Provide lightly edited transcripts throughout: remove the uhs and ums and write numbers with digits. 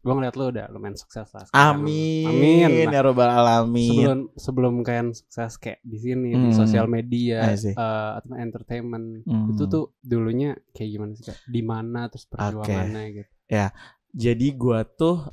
gue ngeliat lu udah lumayan sukses lah sekarang. Amin. Nah, Ya Rabbal Alamin. sebelum kalian sukses kayak di sini di sosial media atau entertainment, itu tuh dulunya kayak gimana sih Kak? Di mana terus perjuangannya gitu? Ya, jadi gue tuh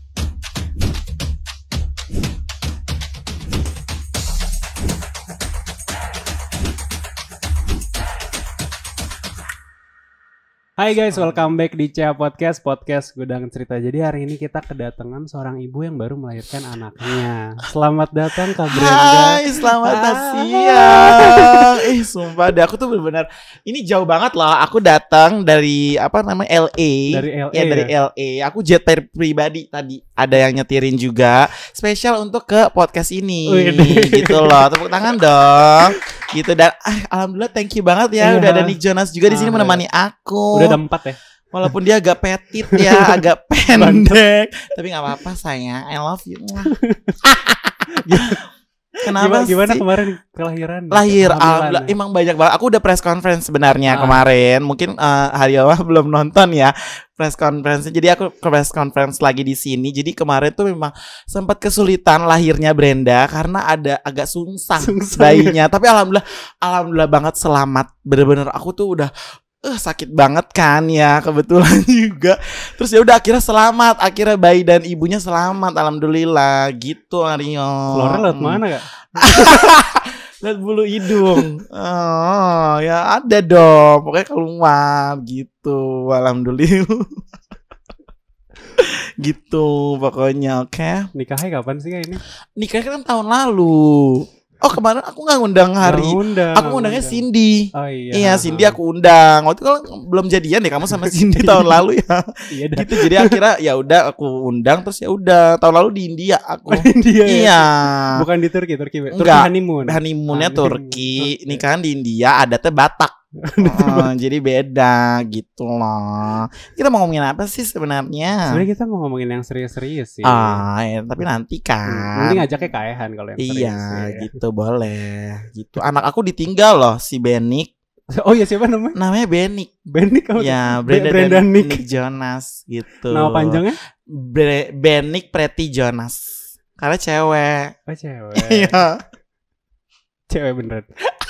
Hai guys, welcome back di Cia Podcast Gudang Cerita. Jadi hari ini kita kedatangan seorang ibu yang baru melahirkan anaknya. Selamat datang Kak Brenda. Hai, selamat siang. Sumpah deh, aku tuh benar-benar ini jauh banget loh. Aku datang dari LA. Dari LA. Ya, dari LA. Aku jet pribadi tadi. Ada yang nyetirin juga. Spesial untuk ke podcast ini. Gitu loh. Tepuk tangan dong. Gitu dan alhamdulillah thank you banget ya. Udah ada Nick Jonas juga di sini menemani aku. Udah ada 4 ya. Walaupun dia agak petit ya, agak pendek, tapi nggak apa-apa sayang, I love you. Kenapa gimana sih? Kemarin kelahiran? Lahir, alhamdulillah. Emang banyak banget. Aku udah press conference sebenarnya kemarin. Mungkin Haryawa belum nonton ya press conference. Jadi aku press conference lagi di sini. Jadi kemarin tuh memang sempat kesulitan lahirnya Brenda karena ada agak sungsang bayinya. Tapi alhamdulillah banget selamat. Bener-bener aku tuh udah sakit banget kan ya kebetulan juga. Terus ya udah akhirnya selamat, akhirnya bayi dan ibunya selamat, alhamdulillah gitu Aryo. Keluarnya lewat mana Kak? Lihat bulu hidung. Oh ya ada dong, pokoknya keluar gitu, alhamdulillah. Gitu pokoknya, oke. Nikahnya kapan sih Kak ini? Nikahnya kan tahun lalu. Oh kemarin aku gak ngundang Hari. Aku ngundangnya Cindy. Oh iya. Iya Cindy aku undang. Waktu itu kan belum jadian deh kamu sama Cindy tahun lalu ya. Iya gitu. Jadi akhirnya ya udah aku undang terus ya udah tahun lalu di India aku. Di India iya. Ya? Bukan di Turki Enggak, honeymoon. Honeymoonnya Turki. Nikahan di India adatnya Batak. Jadi beda gitu loh. Kita mau ngomongin apa sih sebenarnya? Sebenarnya kita mau ngomongin yang serius-serius sih. Ya, tapi nanti kan. Nanti ngajaknya Kaehan kalau yang serius. Iya, gitu boleh. Gitu. Anak aku ditinggal loh si Benik. Oh iya siapa namanya? Namanya Benik. Benik apa? Ya, Brenda Nick Jonas gitu. Nama panjangnya? Benik Pretty Jonas. Karena cewek. Oh cewek. Iya. Cewek beneran.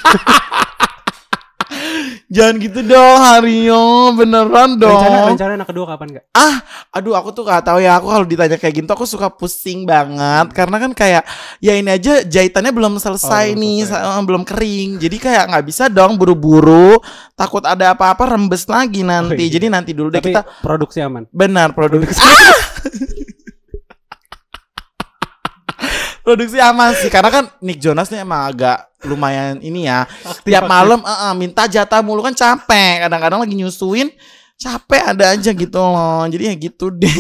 Jangan gitu dong Haryo, beneran dong. Rencana anak kedua kapan Kak? Aduh aku tuh gak tahu ya. Aku kalau ditanya kayak gitu aku suka pusing banget. Karena kan kayak ya ini aja jahitannya belum selesai nih, belum kering. Jadi kayak gak bisa dong buru-buru. Takut ada apa-apa rembes lagi nanti. Jadi nanti dulu deh. Tapi kita produksi aman. Benar produksi. Produksi aman sih karena kan Nick Jonas nih emang agak lumayan ini ya. Tiap malam minta jatah mulu kan capek. Kadang-kadang lagi nyusuin capek ada aja gitu loh. Jadi ya gitu deh.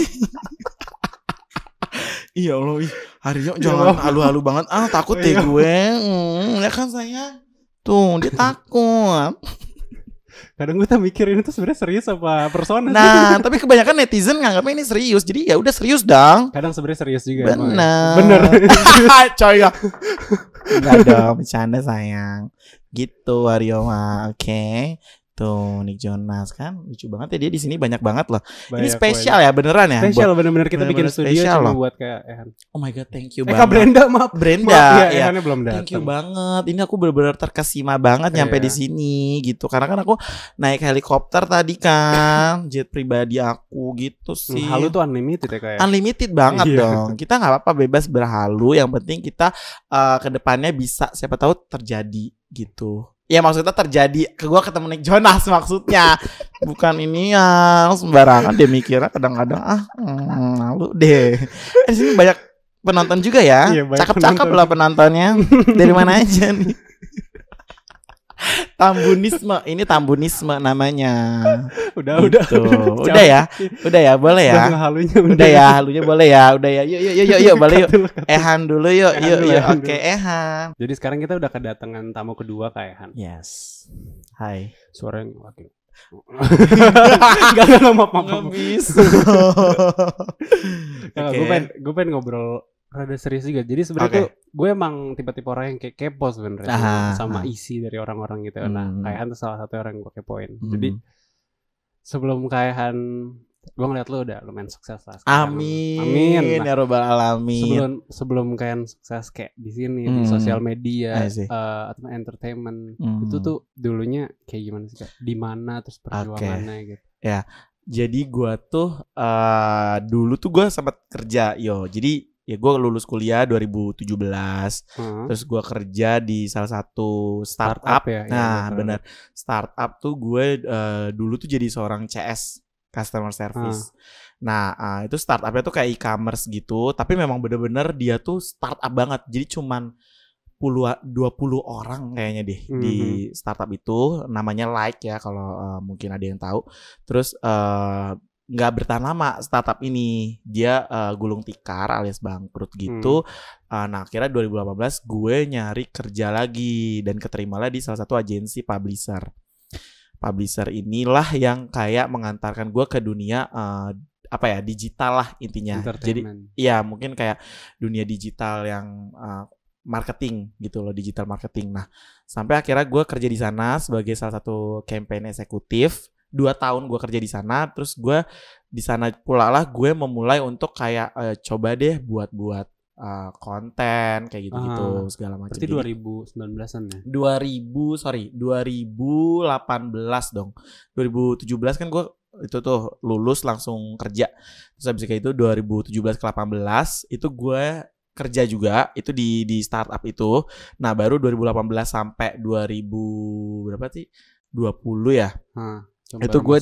Iya Allah, Haryo jangan halu-halu banget. Takut deh gue. Ya kan saya. Tuh, dia takut. Kadang gue tak mikir ini tuh sebenarnya serius apa persona. Nah, tapi kebanyakan netizen nganggapnya ini serius. Jadi ya udah serius dong. Kadang sebenarnya serius juga. Bener. Coy ya. Enggak dong, bercanda sayang. Gitu Haryo mah. Oke. Tuh Nick Jonas kan lucu banget ya dia di sini banyak banget loh. Ini spesial ya beneran ya. Spesial bener-bener kita bikin studio cuma buat kayak Ehan. Oh my god, thank you banget. Brenda maaf. Brenda ya. Ehannya belum datang. Thank you banget. Ini aku bener-bener terkesima banget nyampe di sini gitu. Karena kan aku naik helikopter tadi kan, jet pribadi aku gitu sih. Halu tuh unlimited ya kayak. Unlimited banget dong. Kita nggak apa-apa bebas berhalu. Yang penting kita kedepannya bisa siapa tahu terjadi gitu. Ya maksudnya terjadi ke gue ketemu Nick Jonas maksudnya. Bukan ini ya sembarangan dia mikirnya kadang-kadang malu deh. Di sini banyak penonton juga ya. Cakep-cakep lah penontonnya. Dari mana aja nih. Tambunisme, ini tambunisme namanya. Udah. Udah ya, boleh ya. Udah ya, halunya boleh ya. Udah ya. Yuk, boleh yuk. Ehan dulu yuk. Oke, Ehan. Jadi sekarang kita udah kedatangan tamu kedua Kak Ehan. Yes. Hai. Suaranya lagi. Enggak maaf. Bisa. Gue pengen ngobrol rada serius juga. Jadi sebenarnya tuh gue emang tipe-tipe orang yang kayak kepo sebenarnya sama isi dari orang-orang gitu. Nah, Kaehan tuh salah satu orang yang gue kepoin. Jadi sebelum Kaehan Gue ngeliat lu udah lumayan sukses lah sekarang. Amin. Nah, Ya robbal alamin. sebelum kalian sukses kayak di sini di sosial media atau entertainment, itu tuh dulunya kayak gimana sih Kak? Di mana terus perjuangannya gitu? Ya, jadi gue tuh dulu tuh gue sempat kerja Jadi ya gue lulus kuliah 2017. Terus gue kerja di salah satu startup. Ya? Nah, benar. Startup tuh gue dulu tuh jadi seorang CS, customer service. Nah, itu startupnya tuh kayak e-commerce gitu, tapi memang bener-bener dia tuh startup banget. Jadi cuman 20 orang kayaknya deh di startup itu, namanya Like ya kalau mungkin ada yang tahu. Terus nggak bertahan lama startup ini, dia gulung tikar alias bangkrut gitu. Nah akhirnya 2018 gue nyari kerja lagi dan keterimalah di salah satu agensi publisher. Publisher inilah yang kayak mengantarkan gue ke dunia digital lah intinya. Jadi ya mungkin kayak dunia digital yang marketing gitu loh, digital marketing. Nah sampai akhirnya gue kerja di sana sebagai salah satu campaign eksekutif. 2 tahun gue kerja di sana, terus gue di sana pula lah gue memulai untuk kayak coba deh buat konten kayak gitu-gitu segala macam. Berarti 2019-an ya? 2018 dong. 2017 kan gue itu tuh lulus langsung kerja. Terus habis itu 2017 ke 18 itu gue kerja juga itu di startup itu. Nah, baru 2018 sampai 2000 berapa sih? 20 ya. Itu gue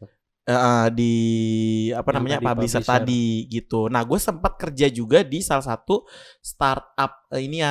di publisher tadi gitu. Nah gue sempat kerja juga di salah satu startup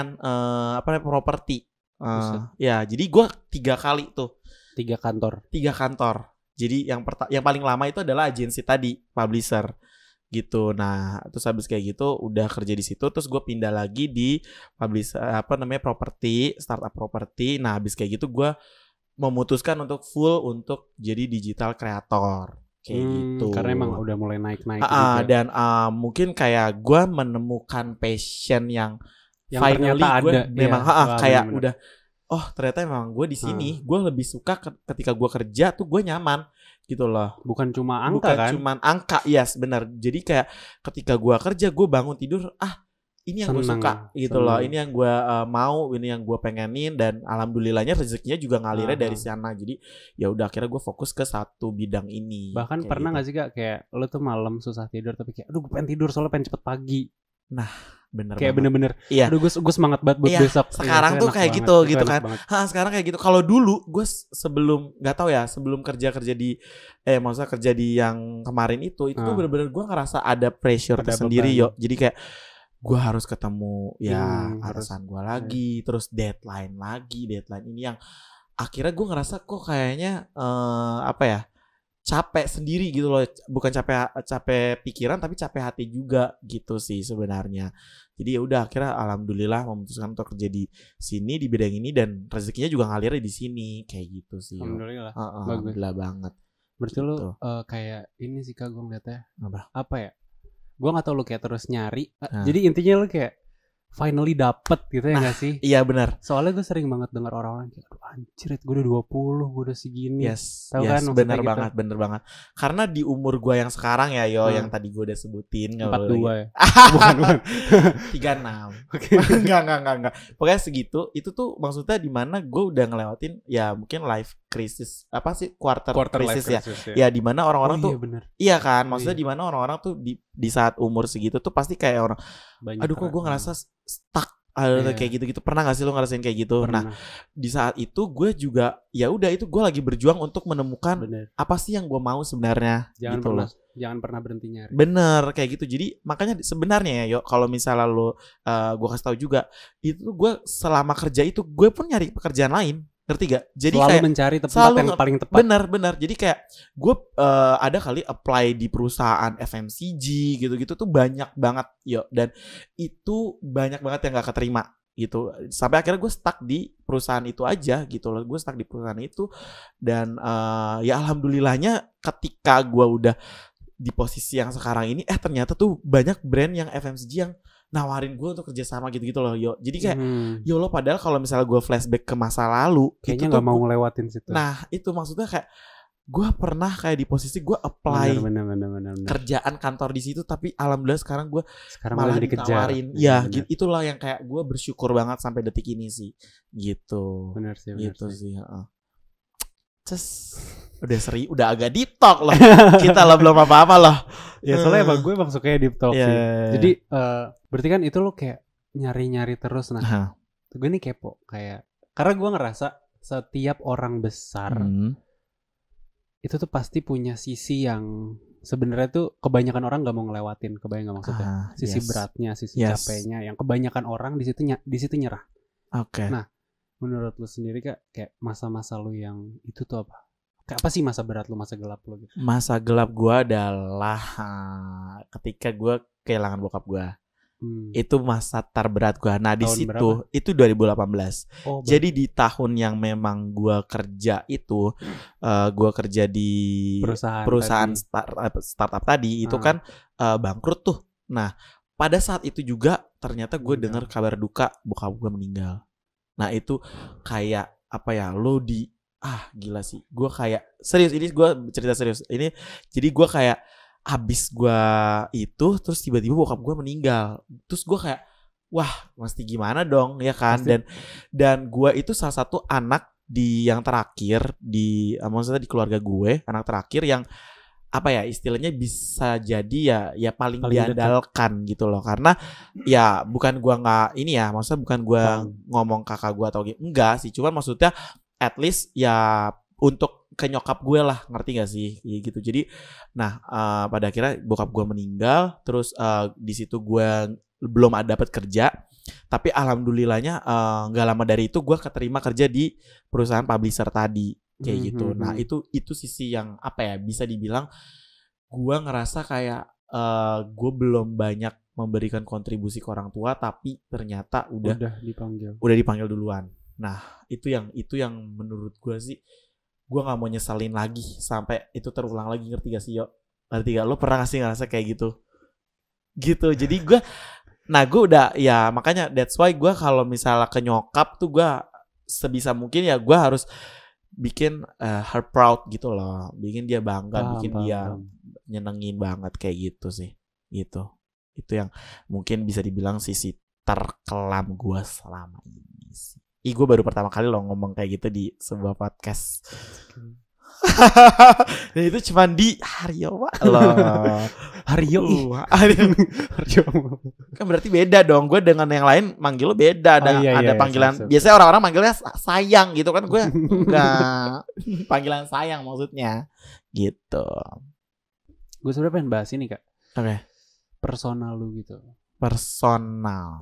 properti. Ya jadi gue 3 kali tuh. 3 kantor. Jadi yang paling lama itu adalah agensi tadi, publisher gitu. Nah terus habis kayak gitu udah kerja di situ, terus gue pindah lagi di publisher properti, startup properti. Nah habis kayak gitu gue memutuskan untuk full untuk jadi digital creator kayak gitu. Karena emang udah mulai naik-naik juga. Dan mungkin kayak gue menemukan passion yang finally gue memang kayak udah ternyata memang gue di sini gue lebih suka ketika gue kerja tuh gue nyaman gitu loh. Bukan cuma angka kan? Bukan cuma angka, yes benar. Jadi kayak ketika gue kerja gue bangun tidur ini yang gue suka gitu loh, ini yang gue mau, ini yang gue pengenin, dan alhamdulillahnya rezekinya juga ngalirnya dari sana. Jadi ya udah akhirnya gue fokus ke satu bidang ini. Bahkan pernah nggak sih Kak kayak lo tuh malam susah tidur tapi kayak aduh gue pengen tidur soalnya pengen cepet pagi. Nah bener kayak banget. Bener-bener aduh gue semangat banget buat besok. Sekarang tuh kayak gitu kan. Sekarang kayak gitu. Kalau dulu gue sebelum sebelum kerja di maksudnya kerja di yang kemarin itu tuh bener-bener gue ngerasa ada pressure tersendiri Jadi kayak gue harus ketemu atasan gue lagi, terus deadline ini yang akhirnya gue ngerasa kok kayaknya capek sendiri gitu loh, bukan capek pikiran tapi capek hati juga gitu sih sebenarnya. Jadi ya udah akhirnya alhamdulillah memutuskan untuk kerja di sini di bidang ini dan rezekinya juga ngalirnya di sini kayak gitu sih. Alhamdulillah. Alhamdulillah banget. Berarti gitu. Lu kayak ini sih Kak gue ngeliatnya apa ya? Gue gak tau lu kayak terus nyari. Jadi intinya lu kayak finally dapet gitu ya gak sih? Iya benar. Soalnya gue sering banget dengar orang-orang kayak aduh anjir gue udah 20, gue udah segini. Tahu kan bener banget, bener banget. Karena di umur gue yang sekarang ya yang tadi gue udah sebutin 42 ya? Bukan 36. Oke. Enggak. Pokoknya segitu. Itu tuh maksudnya di mana gue udah ngelewatin ya mungkin life crisis, quarter crisis ya. Ya di mana orang-orang tuh iya kan, maksudnya di mana orang-orang tuh di saat umur segitu tuh pasti kayak orang aduh kok gue ngerasa stuck kayak gitu-gitu. Pernah gak sih lo ngerasain kayak gitu? Pernah. Nah di saat itu gue juga ya udah itu gue lagi berjuang untuk menemukan apa sih yang gue mau sebenarnya. Jangan pernah berhenti nyari. Bener kayak gitu. Jadi makanya sebenarnya ya kalau misalnya lo gue kasih tahu juga itu gue selama kerja itu gue pun nyari pekerjaan lain. Ngerti gak? Jadi selalu kayak mencari tempat yang paling tepat. Benar. Jadi kayak gue ada kali apply di perusahaan FMCG gitu-gitu tuh banyak banget dan itu banyak banget yang gak keterima gitu. Sampai akhirnya gue stuck di perusahaan itu aja gitu loh. Gue stuck di perusahaan itu dan ya alhamdulillahnya ketika gue udah di posisi yang sekarang ini ternyata tuh banyak brand yang FMCG yang nawarin gue untuk kerjasama gitu-gitu loh Jadi kayak lo padahal kalau misalnya gue flashback ke masa lalu kayaknya nggak mau ngelewatin situ. Nah itu maksudnya kayak gue pernah kayak di posisi gue apply Bener. kerjaan kantor di situ, tapi alhamdulillah sekarang gue Sekarang malah lagi dikejar. ditawarin. Ya, Bener. itulah yang kayak gue bersyukur banget sampai detik ini sih, gitu. Bener sih. Gitu sih. Terus udah agak deep talk loh. Kita lah belum apa-apa loh. Ya soalnya emang gue emang sukanya deep talk sih. Yeah. Jadi berarti kan itu lo kayak nyari-nyari terus. Nah, gue nih kepo kayak, karena gue ngerasa setiap orang besar itu tuh pasti punya sisi yang sebenarnya tuh kebanyakan orang nggak mau ngelewatin. Kebayang nggak maksudnya? Sisi beratnya, sisi capeknya, yang kebanyakan orang di situ nyerah. Oke. Nah, menurut lu sendiri kayak masa-masa lu yang itu tuh apa? Kayak apa sih masa berat lu, masa gelap lu gitu? Masa gelap gue adalah ketika gue kehilangan bokap gue. Itu masa terberat gue. Nah, di situ itu 2018. Jadi di tahun yang memang gue kerja itu, gue kerja di perusahaan startup tadi itu kan bangkrut tuh. Nah, pada saat itu juga ternyata gue dengar kabar duka bokap gue meninggal. Nah, itu kayak apa ya? Gila sih. Gue kayak serius, ini gue cerita serius. Ini jadi gue kayak abis gue itu terus tiba-tiba bokap gue meninggal. Terus gue kayak wah, mesti gimana dong ya kan? Dan gue itu salah satu anak yang terakhir maksudnya di keluarga gue, anak terakhir yang apa ya istilahnya bisa jadi ya paling diandalkan gitu loh. Karena ya bukan gue nggak ini ya, maksudnya bukan gue ngomong kakak gue atau enggak sih, cuman maksudnya at least ya untuk ke nyokap gue lah, ngerti gak sih gitu. Jadi nah pada akhirnya bokap gue meninggal. Terus di situ gue belum ada dapat kerja, tapi alhamdulillahnya nggak lama dari itu gue keterima kerja di perusahaan publisher tadi kayak gitu. Nah itu sisi yang apa ya, bisa dibilang gue ngerasa kayak gue belum banyak memberikan kontribusi ke orang tua, tapi ternyata udah dipanggil duluan. Nah itu yang menurut gue sih, gue nggak mau nyesalin lagi sampai itu terulang lagi, ngerti gak sih Yo? Ngerti gak? Lo pernah gak sih ngerasa kayak gitu? Jadi gue udah ya, makanya that's why gue kalau misalnya ke nyokap tuh gue sebisa mungkin ya gue harus bikin her proud gitu loh, bikin dia bangga, dia nyenengin banget kayak gitu sih, gitu. Itu yang mungkin bisa dibilang sisi terkelam gue selama ini sih. Gue baru pertama kali loh ngomong kayak gitu di sebuah podcast. Dan itu cuman di Haryo loh. Haryo. Kan berarti beda dong. Gue dengan yang lain manggil lo beda. Ada panggilan. Biasanya orang-orang manggilnya sayang gitu kan. Gue enggak. Panggilan sayang maksudnya. Gitu. Gue sebenarnya pengen bahas ini Kak. Oke. Persona lu gitu. Persona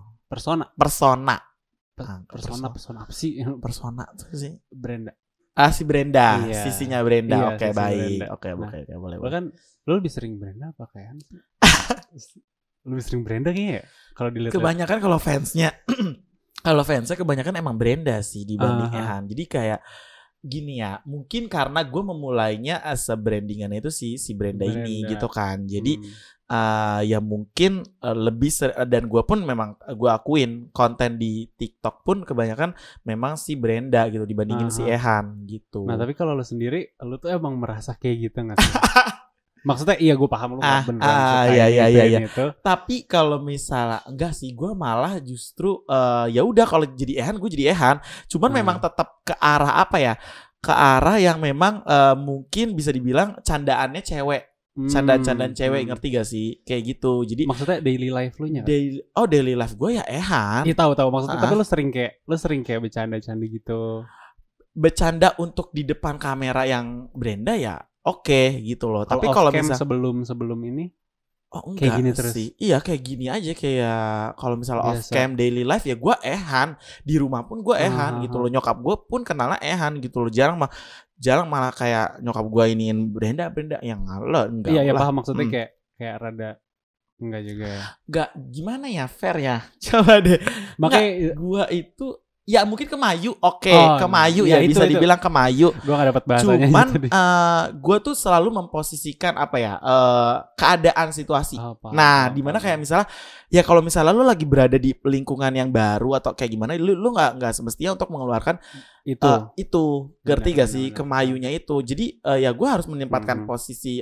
apa sih? Persona tuh sih Brenda. Si Brenda, sisinya Brenda. Oke, baik. Oke, boleh. Bahkan lu lebih sering Brenda apa kayak sih? Lebih sering Brenda kayaknya ya? Kalau dilihat kebanyakan kalau fansnya kebanyakan emang Brenda sih dibanding Ehan. Jadi kayak gini ya, mungkin karena gue memulainya as a brandingan itu si Brenda ini gitu kan. Jadi ya mungkin lebih dan gue pun memang gue akuin konten di TikTok pun kebanyakan memang si Brenda gitu dibandingin si Ehan gitu. Nah tapi kalau lu sendiri, lu tuh emang merasa kayak gitu nggak sih? Maksudnya iya gue paham lu beneran iya. Tapi kalau misalnya enggak sih, gue malah justru ya udah kalau jadi Ehan gue jadi Ehan. Cuman memang tetap ke arah apa ya? Ke arah yang memang mungkin bisa dibilang candaannya cewek. Candaan cewek, ngerti gak sih? Kayak gitu. Jadi maksudnya daily life lu nya? Daily life gue ya Ehan. Iya tahu maksudnya. Tapi lu sering kayak bercanda-canda gitu. Bercanda untuk di depan kamera yang Brenda ya oke gitu loh. Tapi kalau misalnya sebelum ini enggak kayak gini terus. Sih. Iya kayak gini aja, kayak kalau misalnya off cam daily life ya gue Ehan. Di rumah pun gue Ehan gitu loh. Nyokap gue pun kenalnya Ehan gitu loh. Jarang malah kayak nyokap gue iniin Brenda yang enggak. Iya paham maksudnya kayak rada enggak juga ya. Enggak gimana ya, fair ya. Coba deh. Makanya gue itu Ya mungkin kemayu, kemayu ya bisa dibilang kemayu. Gue gak dapat bahasanya. Cuman gue tuh selalu memposisikan keadaan situasi. Dimana kayak misalnya, ya kalau misalnya lu lagi berada di lingkungan yang baru atau kayak gimana, lu nggak semestinya untuk mengeluarkan itu. Ngerti gak sih kemayunya itu? Jadi ya gue harus menempatkan posisi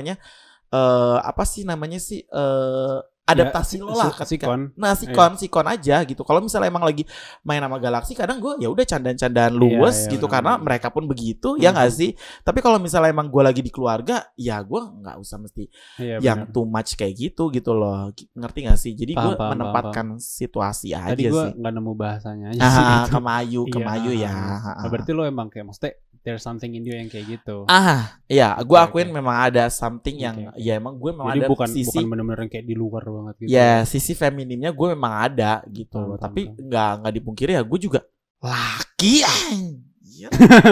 adaptasi lo lah ketika sikon aja gitu. Kalau misalnya emang lagi main sama Galaxy, kadang gue ya udah candaan-candaan luwes gitu, karena mereka pun begitu ya nggak sih. Tapi kalau misalnya emang gue lagi di keluarga, ya gue nggak usah mesti yang too much kayak gitu loh. Ngerti nggak sih? Jadi gue menempatkan situasi aja sih. Tadi gue nggak nemu bahasanya aja sih. Kemayu ya. Berarti lo emang kayak maksudnya there's something in you yang kayak gitu. Iya, gue akuin memang ada something yang ya emang gue memang jadi ada sisi bukan benar-benar kayak di luar banget gitu. Ya, sisi feminimnya gue memang ada gitu loh. Tapi nggak dipungkiri ya, gue juga laki anjir.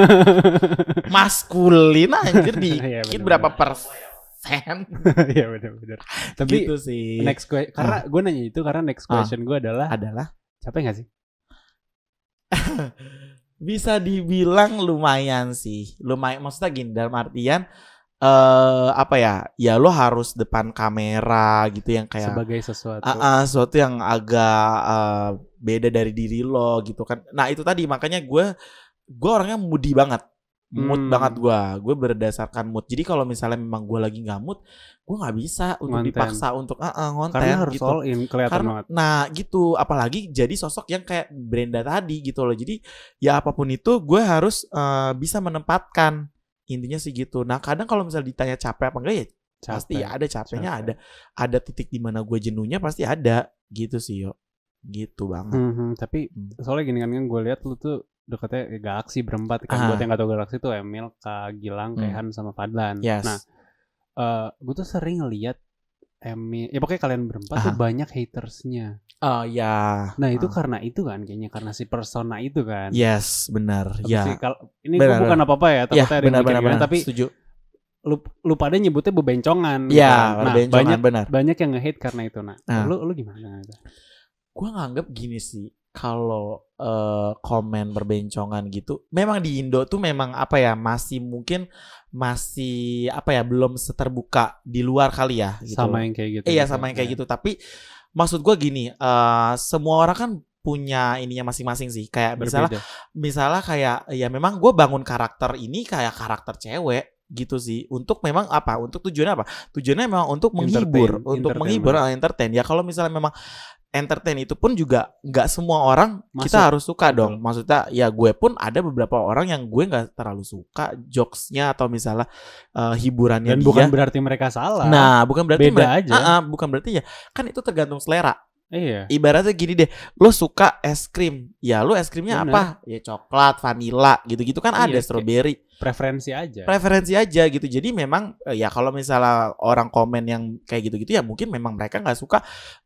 Maskulin anjir dikit berapa persen. Iya benar. Tapi gitu sih. Next question, karena gue nanya itu karena next question gue adalah capek nggak sih? Bisa dibilang lumayan sih. Lumayan, maksudnya gini, dalam artian ya lo harus depan kamera gitu yang kayak sebagai sesuatu yang agak beda dari diri lo gitu kan. Nah itu tadi makanya gue orangnya moody banget. Mood banget gue berdasarkan mood. Jadi kalau misalnya memang gue lagi nggak mood, gue nggak bisa untuk dipaksa untuk ngonten karena harus gitu. All in, kelihatan banget. Nah gitu, apalagi jadi sosok yang kayak Brenda tadi gitu loh. Jadi ya apapun itu gue harus bisa menempatkan, intinya sih gitu. Nah kadang kalau misalnya ditanya capek apa enggak, ya pasti ya ada capeknya. Ada titik di mana gue jenuhnya pasti ada gitu sih yo. Gitu banget. Tapi soalnya gini kan gue lihat lu tuh dekatnya Galaxy berempat kan. Buat yang gak tau Galaxy tuh Emil, Kak Gilang, Kehan sama Fadlan. Nah gue tuh sering ngeliat Emil, ya pokoknya kalian berempat tuh banyak hatersnya. Nah itu karena itu kan, kayaknya karena si persona itu kan. Yes, benar. Ya. Ini gue bukan apa-apa ya, takutnya ada yang benar, tapi setuju. Lu pada nyebutnya bebencongan. Iya, gitu. bebencongan, banyak yang nge-hate karena itu. Lu gimana? Gue nganggep gini sih, kalau komen berbencongan gitu, memang di Indo tuh memang masih belum seterbuka di luar kali ya gitu. Sama yang kayak gitu. Iya, sama yang kayak gitu. Tapi maksud gue gini, semua orang kan punya ininya masing-masing sih. Kayak misalnya kayak ya memang gue bangun karakter ini kayak karakter cewek gitu sih. Untuk memang untuk tujuannya apa? Tujuannya memang untuk menghibur, entertain. Ya kalau misalnya memang entertain itu pun juga nggak semua orang kita harus suka dong. Maksudnya ya gue pun ada beberapa orang yang gue nggak terlalu suka jokesnya atau misalnya hiburannya. Dan dia. Bukan berarti mereka salah. Nah bukan berarti beda aja. Bukan berarti ya, kan itu tergantung selera. Iya. Ibaratnya gini deh, lo suka es krim, ya lo es krimnya apa? Ya coklat, vanila, gitu-gitu kan ada, strawberry. Preferensi aja gitu. Jadi memang ya kalau misalnya orang komen yang kayak gitu-gitu, ya mungkin memang mereka nggak suka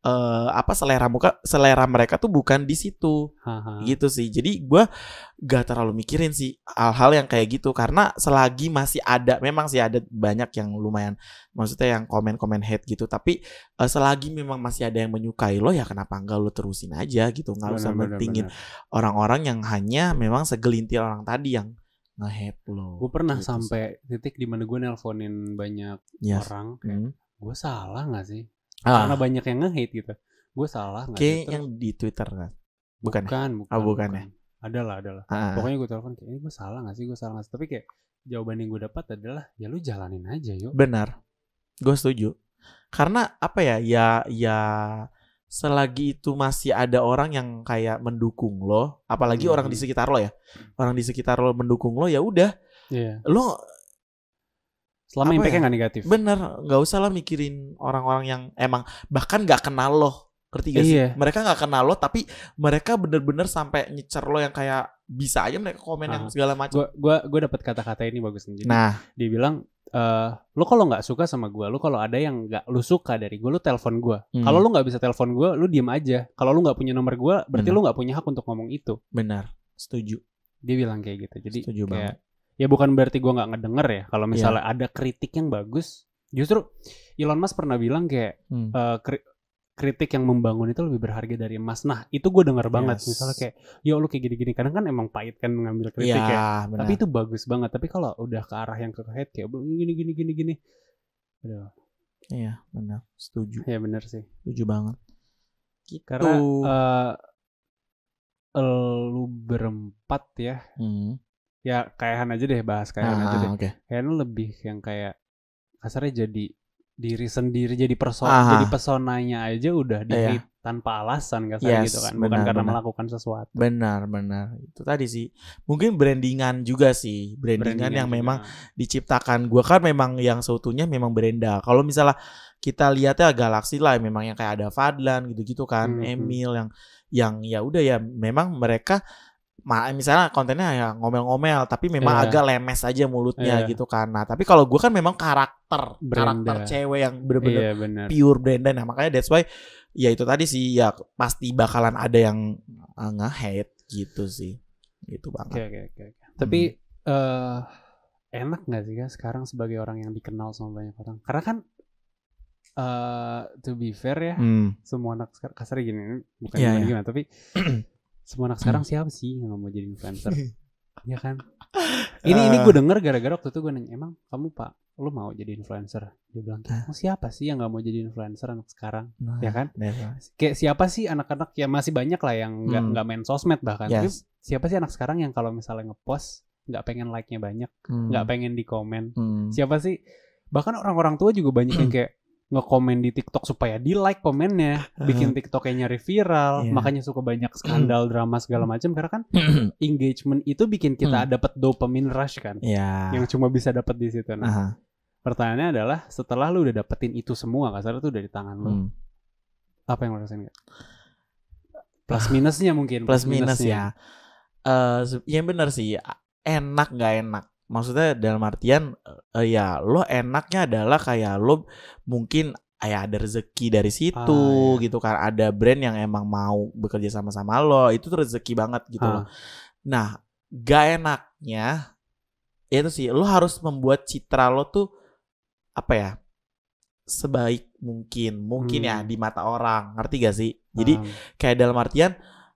selera mereka tuh bukan di situ. Gitu sih. Jadi gue gak terlalu mikirin sih hal-hal yang kayak gitu, karena selagi masih ada, memang sih ada banyak yang lumayan, maksudnya yang komen-komen hate gitu, tapi selagi memang masih ada yang menyukai lo, ya kenapa enggak lo terusin aja gitu. Nggak usah mentingin orang-orang yang hanya memang segelintir orang tadi yang nge-hate lo. Gue pernah gitu sampai titik dimana gue nelponin banyak orang kayak, gue salah gak sih? Karena banyak yang nge-hate gitu. Gue salah gak sih? Kayak yang di Twitter kan? Bukan. Bukan. Adalah. Pokoknya gue telepon kayak, ini gue salah gak sih? Tapi kayak jawaban yang gue dapat adalah, ya lu jalanin aja yuk. Benar. Gue setuju. Karena ya selagi itu masih ada orang yang kayak mendukung lo, apalagi orang di sekitar lo ya. Orang di sekitar lo mendukung lo, ya udah. Lo selama impact-nya gak negatif. Bener, gak usah lah mikirin orang-orang yang emang bahkan gak kenal lo. Ngerti gak sih? Mereka gak kenal lo, tapi mereka bener-bener sampai nyecer lo yang kayak bisa aja mereka komen yang segala macam. Gue dapet kata-kata ini bagus nih. Jadi dia bilang, lo kalau nggak suka sama gue, lo kalau ada yang nggak lo suka dari gue, lo telepon gue. Kalau lo nggak bisa telepon gue, lo diem aja. Kalau lo nggak punya nomor gue, berarti lo nggak punya hak untuk ngomong itu. Benar, setuju. Dia bilang kayak gitu. Jadi setuju kayak, banget. Ya bukan berarti gue nggak ngedenger ya. Kalau misalnya ada kritik yang bagus, justru Elon Musk pernah bilang kayak kritik yang membangun itu lebih berharga dari emas. Nah itu gue dengar banget. Misalnya kayak, yo lu kayak gini-gini. Kadang kan emang pahit kan ngambil kritik ya. Bener. Tapi itu bagus banget. Tapi kalau udah ke arah yang ke hate kayak gini. Aduh. Iya benar. Setuju. Iya benar sih. Setuju banget. Gitu. Karena lu berempat ya. Ya kayahan aja deh, bahas kayahan aja deh. Okay. Kayahan lebih yang kayak kasarnya jadi diri sendiri, jadi jadi pesonanya aja udah di tanpa alasan kasarnya gitu kan. Bukan karena melakukan sesuatu. Benar. Itu tadi sih. Mungkin brandingan juga sih. Brandingan yang juga memang diciptakan. Gua kan memang yang seutuhnya memang Brenda. Kalau misalnya kita lihatnya Galaxy lah, memang yang kayak ada Fadlan gitu-gitu kan, Emil yang ya udah ya memang mereka misalnya kontennya ya ngomel-ngomel tapi memang agak lemes aja mulutnya gitu kan. Nah tapi kalau gue kan memang karakter cewek yang bener-bener pure Brenda. Nah makanya that's why ya itu tadi sih ya pasti bakalan ada yang nge-hate gitu sih. Gitu banget. Oke. Tapi enak gak sih kan sekarang sebagai orang yang dikenal sama banyak orang? Karena kan to be fair ya, semua anak sekarang kasarnya gini, bukan gimana tapi semua anak sekarang siapa sih yang gak mau jadi influencer? Ya kan? Ini gue denger gara-gara waktu itu gue nanya, emang kamu Pak, lu mau jadi influencer? Dia bilang, siapa sih yang gak mau jadi influencer anak sekarang? Ya kan? Kayak siapa sih anak-anak, ya masih banyak lah yang gak main sosmed bahkan. Tapi siapa sih anak sekarang yang kalau misalnya ngepost gak pengen like-nya banyak, gak pengen di komen? Siapa sih? Bahkan orang-orang tua juga banyak yang kayak nge-komen di TikTok supaya di like komennya, bikin TikToknya nyari viral, makanya suka banyak skandal, drama segala macam karena kan engagement itu bikin kita dapat dopamine rush kan, yang cuma bisa dapat di situ. Nah, pertanyaannya adalah setelah lu udah dapetin itu semua, kasar itu udah di tangan lu, apa yang lu rasain? Plus minusnya mungkin. Plus minus ya. Yang benar sih, enak nggak enak. Maksudnya dalam artian ya lo enaknya adalah kayak lo mungkin ya ada rezeki dari situ gitu kan, ada brand yang emang mau bekerja sama lo, itu tuh rezeki banget gitu loh. Nah gak enaknya itu sih lo harus membuat citra lo tuh apa ya sebaik mungkin ya di mata orang, ngerti gak sih? Jadi kayak dalam artian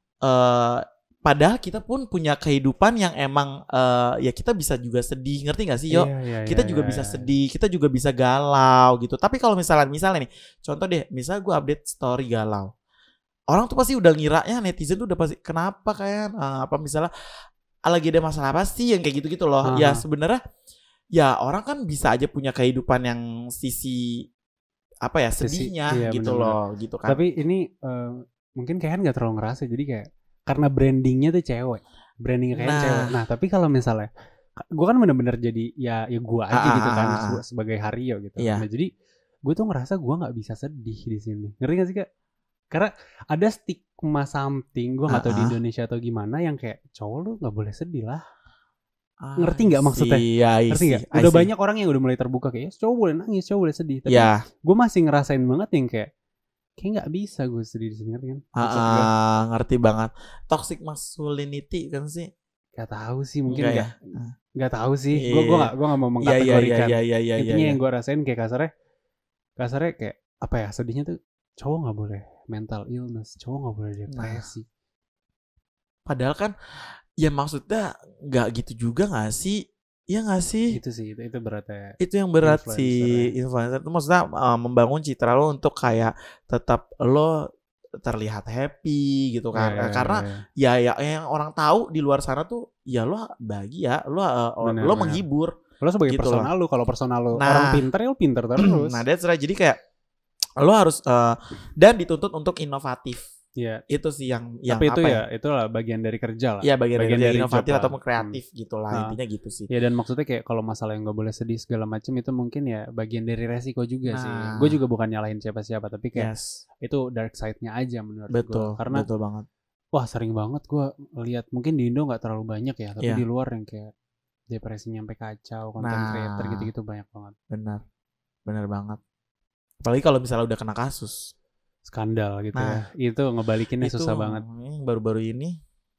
padahal kita pun punya kehidupan yang emang ya kita bisa juga sedih, ngerti gak sih Yo? Kita juga bisa sedih, kita juga bisa galau gitu. Tapi kalau misalnya nih, contoh deh, misalnya gue update story galau, orang tuh pasti udah ngiranya, netizen tuh udah pasti kenapa kayak apa misalnya lagi ada masalah apa sih yang kayak gitu-gitu loh. Ya sebenarnya ya orang kan bisa aja punya kehidupan yang sisi apa ya sedihnya gitu bener-bener loh gitu kan. Tapi ini mungkin kayaknya nggak terlalu ngerasa, jadi kayak karena brandingnya tuh cewek, brandingnya kayak cewek. Nah tapi kalau misalnya gue kan bener-bener jadi ya gue aja gitu kan sebagai Hario gitu. Nah jadi gue tuh ngerasa gue nggak bisa sedih di sini, ngerti gak sih Kak? Karena ada stigma something, gue nggak tahu di Indonesia atau gimana, yang kayak cowok lu nggak boleh sedih lah. Ngerti nggak maksudnya? Ngerti nggak? Udah banyak orang yang udah mulai terbuka kayak cowok boleh nangis, cowok boleh sedih. Tapi gue masih ngerasain banget yang kayak nggak bisa gue sedih di sini, ngerti kan? Ngerti banget. Toxic masculinity kan sih? Gak tahu sih, mungkin nggak tahu sih. Gue nggak mau mengkategorikan. Intinya yang gue rasain kayak kasarnya kayak apa ya, sedihnya tuh cowok nggak boleh mental illness, cowok nggak boleh depresi. Padahal kan ya maksudnya nggak gitu juga nggak sih? Iya nggak sih? Itu sih, itu beratnya. Itu yang berat sih influencer itu, maksudnya membangun citra lo untuk kayak tetap lo terlihat happy gitu kan. Karena ya yang orang tahu di luar sana tuh ya lo bahagia, lo menghibur. Lo sebagai gitu personal lo, kalau personal lo orang pintar ya lo pintar terus. Nah that's right. Jadi kayak lo harus dan dituntut untuk inovatif. Itu sih yang tapi itu ya itulah bagian dari kerja lah. Iya bagian dari inovatif atau kreatif gitulah intinya gitu sih. Ya dan maksudnya kayak kalau masalah yang nggak boleh sedih segala macam itu mungkin ya bagian dari resiko juga sih. Gue juga bukan nyalahin siapa-siapa, tapi kayak itu dark side-nya aja menurut gue. Karena betul banget. Wah sering banget gue lihat, mungkin di Indo nggak terlalu banyak ya, tapi di luar yang kayak depresinya sampai kacau, konten creator gitu-gitu banyak banget. Benar banget. Apalagi kalau misalnya udah kena kasus skandal gitu ya, itu ngebalikinnya itu, susah banget. Baru-baru ini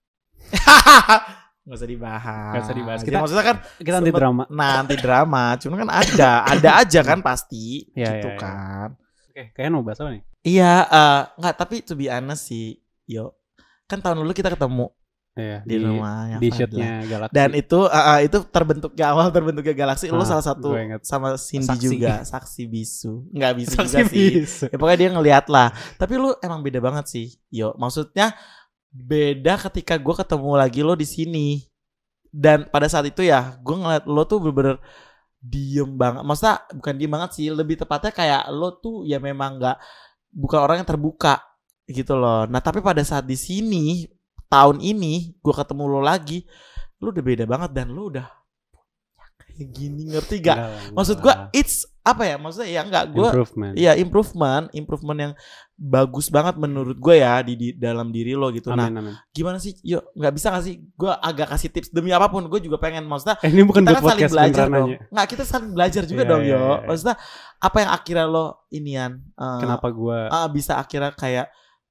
nggak usah dibahas. Kita maksudnya kan kita anti drama. Nah anti drama, cuman kan ada aja kan pasti, gitu kan. Oke, kayaknya mau bahas apa nih? Iya, nggak, tapi to be honest sih, yo, kan tahun lalu kita ketemu di rumahnya di shootnya Galaxy. Dan itu awal terbentuknya Galaxy. Lo salah satu sama Cindy juga saksi bisu. Nggak bisu juga sih. Ya pokoknya dia ngeliat lah. Tapi lo emang beda banget sih. Yo, maksudnya beda ketika gue ketemu lagi lo di sini. Dan pada saat itu ya, gue ngeliat lo tuh bener-bener diem banget. Maksudnya bukan diem banget sih, lebih tepatnya kayak lo tuh ya memang bukan orang yang terbuka gitu loh. Nah tapi pada saat di sini tahun ini gue ketemu lo lagi, lo udah beda banget dan lo udah kayak gini, ngerti gak? Maksud gue it's apa ya? Maksudnya ya enggak, gue ya improvement yang bagus banget menurut gue ya di dalam diri lo gitu. Amin. Gimana sih? Yuk, nggak bisa nggak sih? Gue agak kasih tips demi apapun. Gue juga pengen, maksudnya ini bukan kita kan saling belajar dong. Nanya. Nggak, kita saling belajar juga dong yo. Maksudnya apa yang akhirnya lo inian? Kenapa gue bisa akhirnya kayak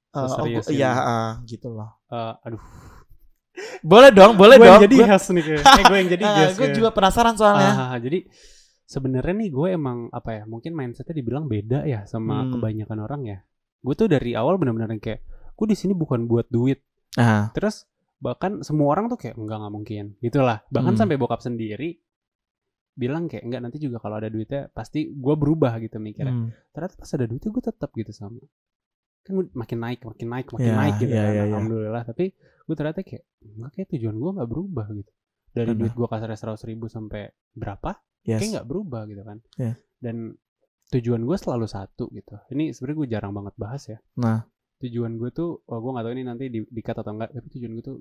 gitu loh. Aduh. Boleh dong. Gue yang jadi host nih kayak. Gue yang jadi guest. Gue juga penasaran soalnya. Jadi sebenarnya nih gue emang apa ya? Mungkin mindsetnya dibilang beda ya sama kebanyakan orang ya. Gue tuh dari awal benar-benar kayak gue di sini bukan buat duit. Terus bahkan semua orang tuh kayak enggak mungkin. Gitulah. Bahkan sampai bokap sendiri bilang kayak enggak, nanti juga kalau ada duitnya pasti gue berubah gitu mikirnya. Ternyata pas ada duitnya gue tetap gitu sama. Kan makin naik gitu kan. Alhamdulillah. Tapi gue ternyata kayak enggak, kayak tujuan gue nggak berubah gitu. Dari duit gue kasarnya 100.000 sampai berapa, kayak nggak berubah gitu kan. Dan tujuan gue selalu satu gitu. Ini sebenarnya gue jarang banget bahas ya. Nah, tujuan gue tuh, gue nggak tahu ini nanti di-cut atau enggak. Tapi tujuan gue tuh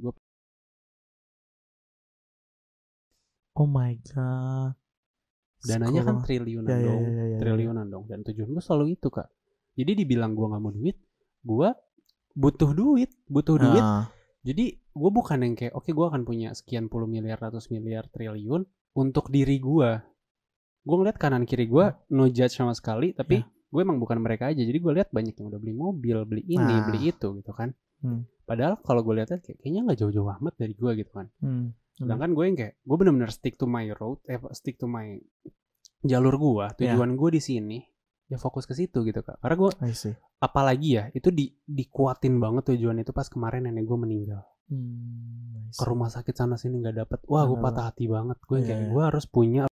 oh my god, dananya kan triliunan dong. Dan tujuan gue selalu itu kak. Jadi dibilang gue nggak mau duit, gue butuh duit. Jadi gue bukan yang kayak oke, gue akan punya sekian puluh miliar, ratus miliar, triliun untuk diri gue. Gue ngeliat kanan kiri gue, no judge sama sekali, tapi gue emang bukan mereka aja. Jadi gue lihat banyak yang udah beli mobil, beli ini, beli itu gitu kan. Padahal kalau gue lihatnya kayaknya nggak jauh-jauh amat dari gue gitu kan. Sedangkan gue yang kayak gue benar-benar stick to my road, stick to my jalur gue. Tujuan gue di sini ya fokus ke situ gitu kak. Karena gue apalagi ya itu dikuatin banget tujuan itu pas kemarin nenek gue meninggal. Ke rumah sakit sana sini nggak dapet. Wah gue patah hati banget. Gue kayak gue harus punya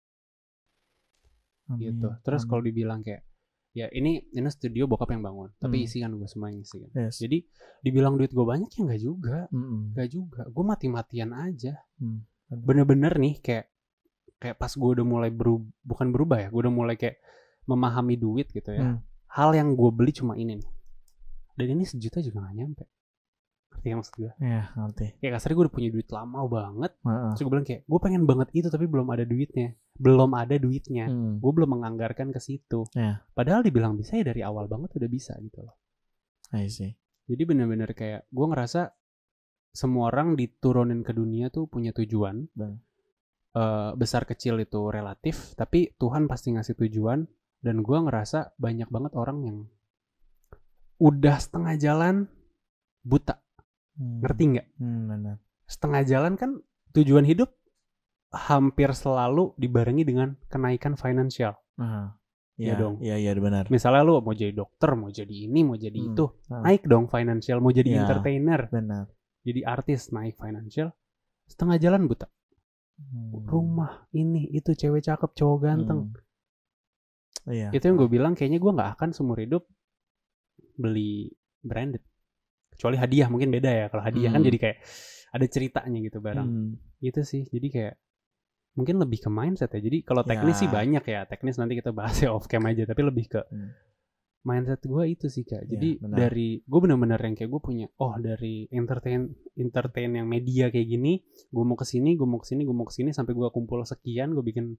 gitu. Terus kalau dibilang kayak ya ini studio bokap yang bangun, tapi isi kan gue semua yang isi kan. Jadi dibilang duit gue banyak ya nggak juga. Gue mati-matian aja. Bener-bener nih kayak pas gue udah mulai bukan berubah ya, gue udah mulai kayak memahami duit gitu ya. Hal yang gue beli cuma ini nih. Dan ini 1 juta juga gak nyampe. Ngerti ya maksud gue? Iya ngerti. Kayak kasarnya gue udah punya duit lama banget. Terus gue bilang kayak gue pengen banget itu tapi belum ada duitnya. Gue belum menganggarkan ke situ. Padahal dibilang bisa ya dari awal banget udah bisa gitu loh. I see. Jadi benar-benar kayak gue ngerasa semua orang diturunin ke dunia tuh punya tujuan. Besar kecil itu relatif, tapi Tuhan pasti ngasih tujuan. Dan gue ngerasa banyak banget orang yang udah setengah jalan buta. Ngerti nggak? Benar. Setengah jalan kan tujuan hidup hampir selalu dibarengi dengan kenaikan finansial. Iya dong. Iya benar. Misalnya lu mau jadi dokter, mau jadi ini, mau jadi itu, naik dong finansial. Mau jadi entertainer, benar. Jadi artis, naik finansial. Setengah jalan buta. Rumah ini itu, cewek cakep, cowok ganteng. Itu yang gue bilang kayaknya gue nggak akan seumur hidup beli branded. Kecuali hadiah mungkin beda ya. Kalau hadiah kan jadi kayak ada ceritanya gitu barang. Gitu sih. Jadi kayak mungkin lebih ke mindset ya. Jadi kalau teknis sih banyak ya. Teknis nanti kita bahas ya off cam aja. Tapi lebih ke mindset gue itu sih kak. Jadi dari gue benar-benar yang kayak gue punya dari entertain yang media kayak gini. Gue mau kesini sampai gue kumpul sekian. Gue bikin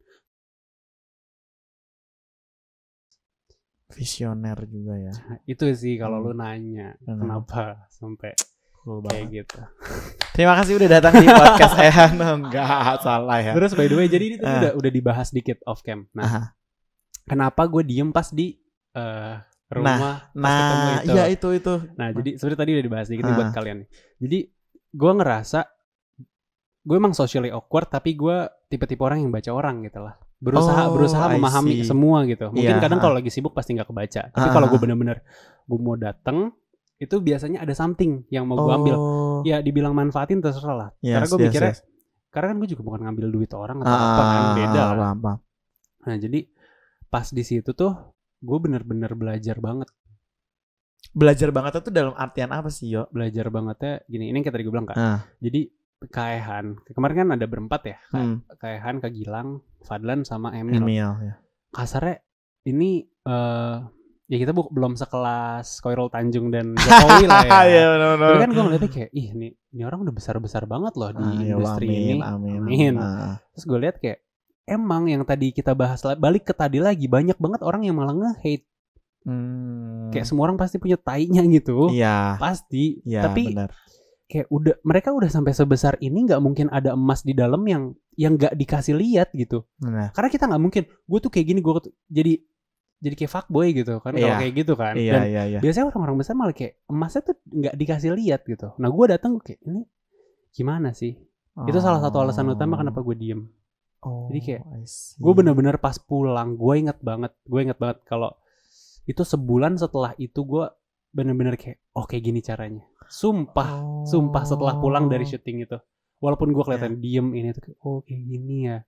visioner juga ya. Itu sih kalau lu nanya kenapa sampai kayak gitu. Terima kasih udah datang di podcast Ehan. Enggak salah ya. Terus by the way, jadi itu udah dibahas dikit off cam. Nah, kenapa gue diem pas di rumah pas ketemu itu? Iya itu. Nah, jadi sebenarnya tadi udah dibahas dikit nih buat kalian nih. Jadi gue ngerasa gue emang socially awkward, tapi gue tipe-tipe orang yang baca orang gitu lah. Berusaha memahami semua gitu. Mungkin kadang kalau lagi sibuk pasti nggak kebaca. Tapi kalau gue bener-bener gue mau dateng itu biasanya ada something yang mau gue ambil. Ya dibilang manfaatin terserah lah. Karena gue mikirnya karena kan gue juga bukan ngambil duit orang atau apa kan, beda lah. Nah jadi pas di situ tuh gue bener-bener belajar banget. Belajar banget itu dalam artian apa sih, Yo? Belajar bangetnya gini, ini yang tadi gue bilang kan. Jadi Kaehan, kemarin kan ada berempat ya, Kaehan, Kak Gilang, Fadlan sama Emil ya. Kasarnya ini ya kita belum sekelas Koirul Tanjung dan Jokowi lah ya. Iya, tapi kan gue ngeliatnya kayak ini orang udah besar-besar banget loh di industri ini. Amin. Terus gue lihat kayak emang yang tadi kita bahas, balik ke tadi lagi, banyak banget orang yang malah nge-hate. Kayak semua orang pasti punya tainya gitu. Iya. Pasti. Ya, tapi benar. Kayak mereka udah sampai sebesar ini, nggak mungkin ada emas di dalam yang nggak dikasih lihat gitu. Nah. Karena kita nggak mungkin. Gue tuh kayak gini, gue jadi kayak fuckboy gitu kan, kalau kayak gitu kan. Dan biasanya orang-orang besar malah kayak emasnya tuh nggak dikasih lihat gitu. Nah gue datang kayak ini gimana sih? Itu salah satu alasan utama kenapa gue diem. Jadi kayak gue bener-bener pas pulang, gue inget banget kalau itu sebulan setelah itu gue bener-bener kayak kayak gini caranya. Sumpah setelah pulang dari syuting itu, walaupun gue kelihatan diem, ini tuh kayak gini ya.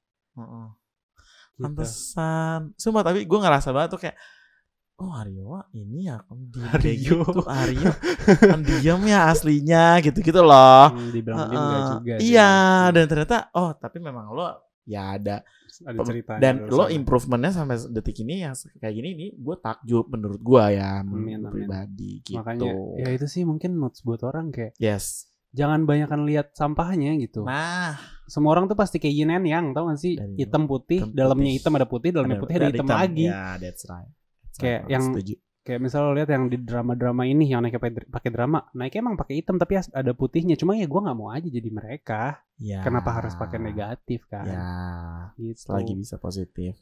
Pantesan. Sumpah, tapi gue ngerasa banget tuh kayak Aryo ini ya Aryo pendiam ya aslinya gitu loh. Dibilang diem gak juga. Iya, dan ternyata tapi memang lo ya ada cerita dan lo improvementnya sampai detik ini yang kayak gini, ini gue takjub menurut gue ya. Pribadi gitu. Makanya ya itu sih mungkin notes buat orang kayak jangan banyakan lihat sampahnya gitu. Nah, semua orang tuh pasti kayak yin and yang, tau gak sih? Hitam putih, dalamnya hitam ada putih, dalamnya putih ada hitam lagi. Ya, that's right. Kayak yang kayak misalnya lo lihat yang di drama-drama ini yang naiknya pakai drama, naiknya emang pakai hitam tapi ada putihnya. Cuma ya gue nggak mau aja jadi mereka. Ya. Kenapa harus pakai negatif kan? Ya. Gitu. Lagi bisa positif.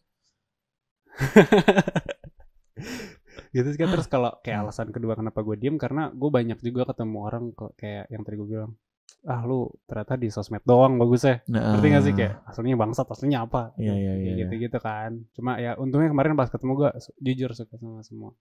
Gitu sih kan. Terus kalau kayak alasan kedua kenapa gue diem, karena gue banyak juga ketemu orang kok kayak yang tadi gue bilang, lu ternyata di sosmed doang bagusnya. Ngerti gak sih kayak aslinya bangsat, aslinya apa? Iya. Gitu kan. Cuma ya untungnya kemarin pas ketemu gue jujur suka sama semua.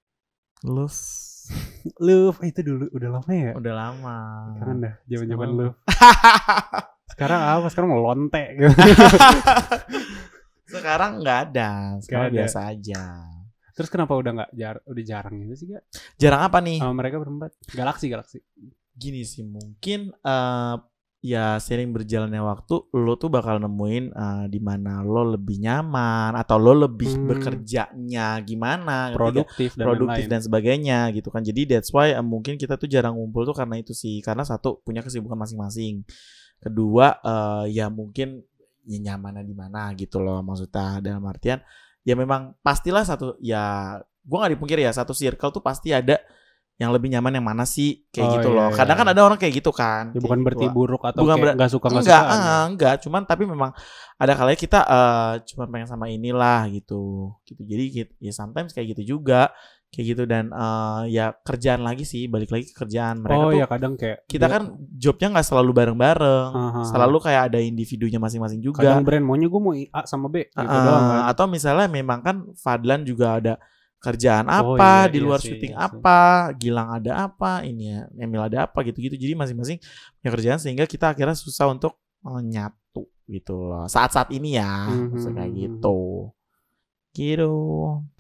Love itu dulu udah lama ya? Udah lama. Kangen dah zaman-zaman Love. Sekarang apa? Sekarang mau lonte gitu. Sekarang nggak ada. Sekarang biasa aja. Terus kenapa udah jarang gitu sih, Gak? Jarang apa nih? Mereka berempat. Galaksi. Gini sih, mungkin ya sering berjalannya waktu lo tuh bakal nemuin di mana lo lebih nyaman atau lo lebih bekerjanya gimana, produktif dan sebagainya gitu kan. Jadi that's why mungkin kita tuh jarang ngumpul tuh karena itu sih, karena satu punya kesibukan masing-masing, kedua ya mungkin ya nyamannya di mana gitu loh, maksudnya dalam artian ya memang pastilah satu, ya gue nggak dipungkiri ya, satu circle tuh pasti ada yang lebih nyaman yang mana sih kayak gitu loh. Kadang kan ada orang kayak gitu kan. Ya, bukan berarti buruk atau nggak suka. Enggak, cuman tapi memang ada kalanya kita cuma pengen sama inilah gitu. Jadi ya sometimes kayak gitu juga. Kayak gitu, dan ya kerjaan lagi sih, balik lagi ke kerjaan. Mereka tuh ya kadang kayak kita kan jobnya nggak selalu bareng-bareng. Selalu kayak ada individunya masing-masing juga. Kadang brand maunya gue mau A sama B gitu doang kan. Atau misalnya memang kan Fadlan juga ada kerjaan apa, di luar syuting apa, Gilang ada apa, ini ya Emil ada apa gitu-gitu. Jadi masing-masing punya kerjaan sehingga kita akhirnya susah untuk nyatu gitu loh. Saat-saat ini ya, kayak gitu.